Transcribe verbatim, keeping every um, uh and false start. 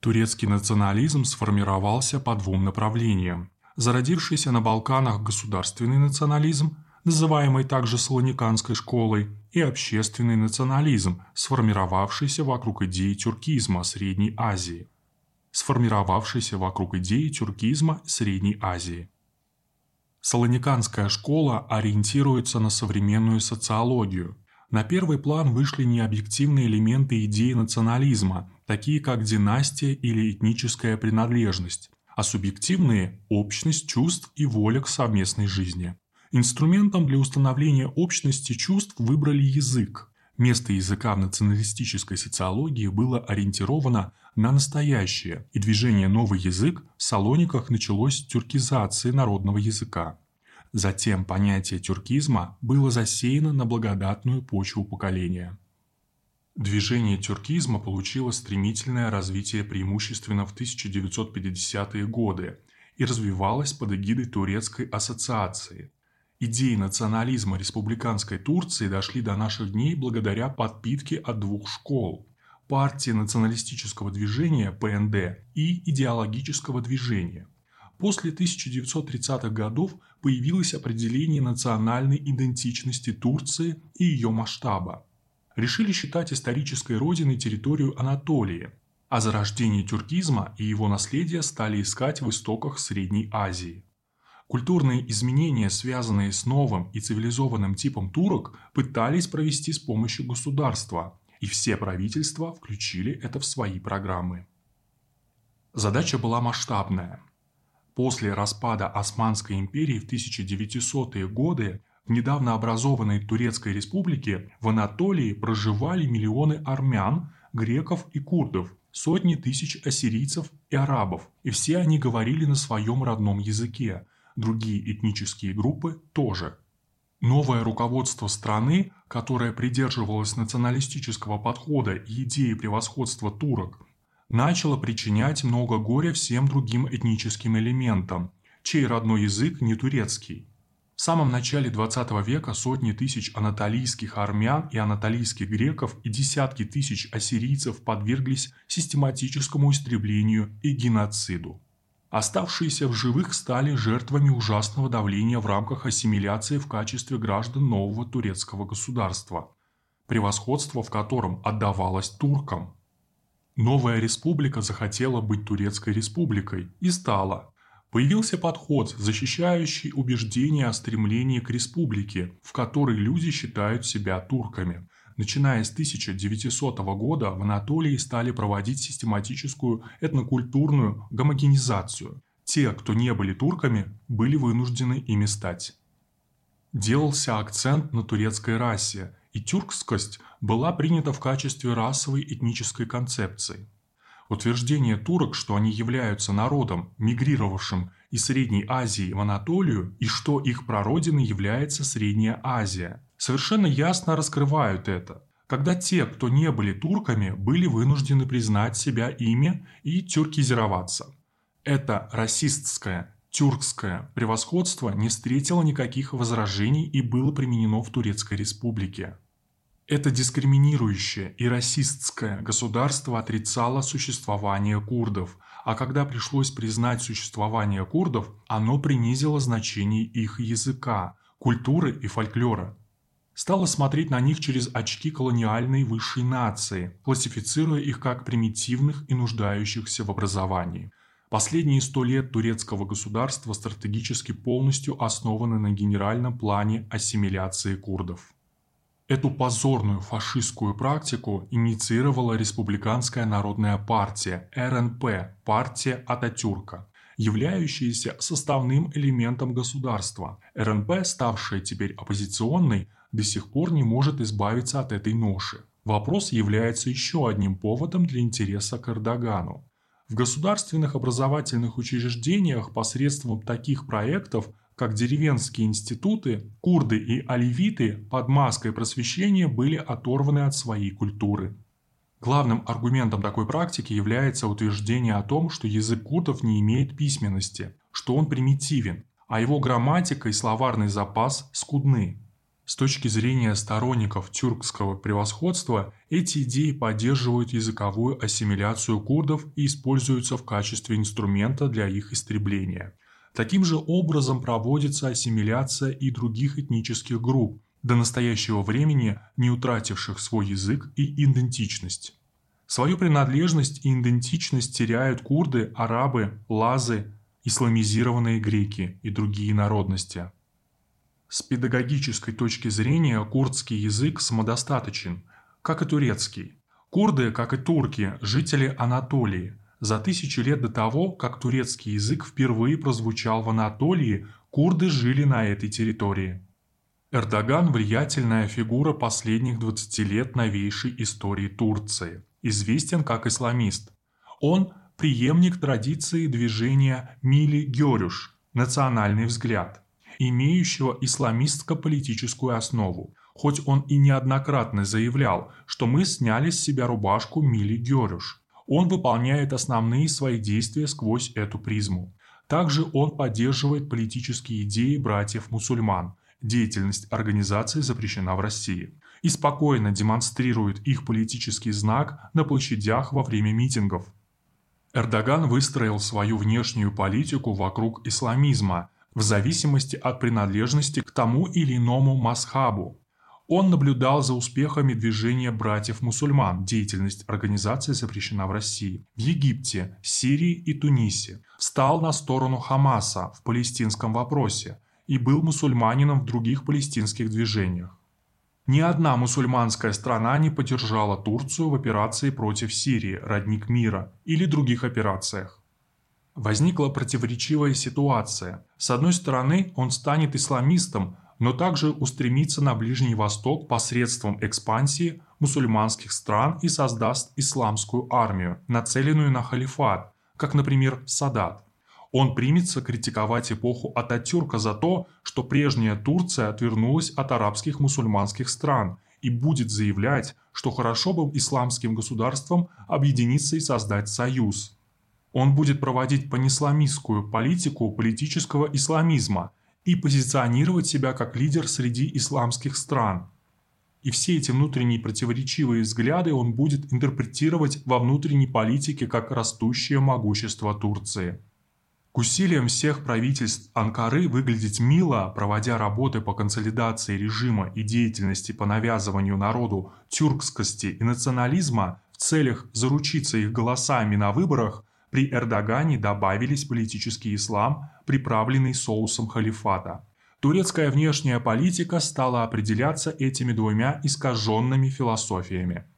Турецкий национализм сформировался по двум направлениям. Зародившийся на Балканах государственный национализм, называемый также Салониканской школой, и общественный национализм, сформировавшийся вокруг идеи тюркизма Средней Азии. Сформировавшийся вокруг идеи тюркизма Средней Азии. Салониканская школа ориентируется на современную социологию. На первый план вышли необъективные элементы идеи национализма, такие как династия или этническая принадлежность, а субъективные – общность чувств и воля к совместной жизни. Инструментом для установления общности чувств выбрали язык. Место языка в националистической социологии было ориентировано на настоящее, и движение «Новый язык» в Салониках началось с тюркизации народного языка. Затем понятие тюркизма было засеяно на благодатную почву поколения. Движение тюркизма получило стремительное развитие преимущественно в тысяча девятьсот пятидесятые годы и развивалось под эгидой Турецкой ассоциации. Идеи национализма республиканской Турции дошли до наших дней благодаря подпитке от двух школ – партии националистического движения Пэ Эн Дэ и идеологического движения. После тысяча девятьсот тридцатых годов появилось определение национальной идентичности Турции и ее масштаба. Решили считать исторической родиной территорию Анатолии, а зарождение тюркизма и его наследие стали искать в истоках Средней Азии. Культурные изменения, связанные с новым и цивилизованным типом турок, пытались провести с помощью государства, и все правительства включили это в свои программы. Задача была масштабная. После распада Османской империи в тысяча девятисотые годы в недавно образованной Турецкой республике в Анатолии проживали миллионы армян, греков и курдов, сотни тысяч ассирийцев и арабов, и все они говорили на своем родном языке. Другие этнические группы тоже. Новое руководство страны, которое придерживалось националистического подхода и идеи превосходства турок, начало причинять много горя всем другим этническим элементам, чей родной язык не турецкий. В самом начале двадцатого века сотни тысяч анатолийских армян и анатолийских греков и десятки тысяч ассирийцев подверглись систематическому истреблению и геноциду. Оставшиеся в живых стали жертвами ужасного давления в рамках ассимиляции в качестве граждан нового турецкого государства, превосходство в котором отдавалось туркам. Новая республика захотела быть турецкой республикой и стала. Появился подход, защищающий убеждения о стремлении к республике, в которой люди считают себя турками. Начиная с тысяча девятисотого года в Анатолии стали проводить систематическую этнокультурную гомогенизацию. Те, кто не были турками, были вынуждены ими стать. Делался акцент на турецкой расе, и тюркскость была принята в качестве расовой этнической концепции. Утверждение турок, что они являются народом, мигрировавшим из Средней Азии в Анатолию, и что их прародиной является Средняя Азия, совершенно ясно раскрывают это, когда те, кто не были турками, были вынуждены признать себя ими и тюркизироваться. Это расистское, тюркское превосходство не встретило никаких возражений и было применено в Турецкой республике. Это дискриминирующее и расистское государство отрицало существование курдов, а когда пришлось признать существование курдов, оно принизило значение их языка, культуры и фольклора. Стало смотреть на них через очки колониальной высшей нации, классифицируя их как примитивных и нуждающихся в образовании. Последние сто лет турецкого государства стратегически полностью основаны на генеральном плане ассимиляции курдов. Эту позорную фашистскую практику инициировала Республиканская народная партия Эр Эн Пэ, партия Ататюрка, являющаяся составным элементом государства. Эр Эн Пэ, ставшая теперь оппозиционной, до сих пор не может избавиться от этой ноши. Вопрос является еще одним поводом для интереса к Эрдогану. В государственных образовательных учреждениях посредством таких проектов, как деревенские институты, курды и алевиты под маской просвещения были оторваны от своей культуры. Главным аргументом такой практики является утверждение о том, что язык курдов не имеет письменности, что он примитивен, а его грамматика и словарный запас скудны. С точки зрения сторонников тюркского превосходства, эти идеи поддерживают языковую ассимиляцию курдов и используются в качестве инструмента для их истребления. Таким же образом проводится ассимиляция и других этнических групп, до настоящего времени не утративших свой язык и идентичность. Свою принадлежность и идентичность теряют курды, арабы, лазы, исламизированные греки и другие народности. С педагогической точки зрения курдский язык самодостаточен, как и турецкий. Курды, как и турки, жители Анатолии. За тысячи лет до того, как турецкий язык впервые прозвучал в Анатолии, курды жили на этой территории. Эрдоган – влиятельная фигура последних двадцати лет новейшей истории Турции, известен как исламист. Он – преемник традиции движения Милли Гёрюш «Национальный взгляд», имеющего исламистско-политическую основу, хоть он и неоднократно заявлял, что мы сняли с себя рубашку Милли Гёрюш. Он выполняет основные свои действия сквозь эту призму. Также он поддерживает политические идеи братьев-мусульман, деятельность организации запрещена в России, и спокойно демонстрирует их политический знак на площадях во время митингов. Эрдоган выстроил свою внешнюю политику вокруг исламизма, в зависимости от принадлежности к тому или иному мазхабу. Он наблюдал за успехами движения братьев-мусульман, деятельность организации запрещена в России, в Египте, Сирии и Тунисе, встал на сторону Хамаса в палестинском вопросе и был мусульманином в других палестинских движениях. Ни одна мусульманская страна не поддержала Турцию в операции против Сирии «Родник мира» или других операциях. Возникла противоречивая ситуация. С одной стороны, он станет исламистом, но также устремится на Ближний Восток посредством экспансии мусульманских стран и создаст исламскую армию, нацеленную на халифат, как, например, Садат. Он примется критиковать эпоху Ататюрка за то, что прежняя Турция отвернулась от арабских мусульманских стран и будет заявлять, что хорошо бы исламским государствам объединиться и создать союз. Он будет проводить панисламистскую политику политического исламизма и позиционировать себя как лидер среди исламских стран. И все эти внутренние противоречивые взгляды он будет интерпретировать во внутренней политике как растущее могущество Турции. К усилиям всех правительств Анкары выглядеть мило, проводя работы по консолидации режима и деятельности по навязыванию народу тюркскости и национализма в целях заручиться их голосами на выборах, при Эрдогане добавились политический ислам, приправленный соусом халифата. Турецкая внешняя политика стала определяться этими двумя искаженными философиями.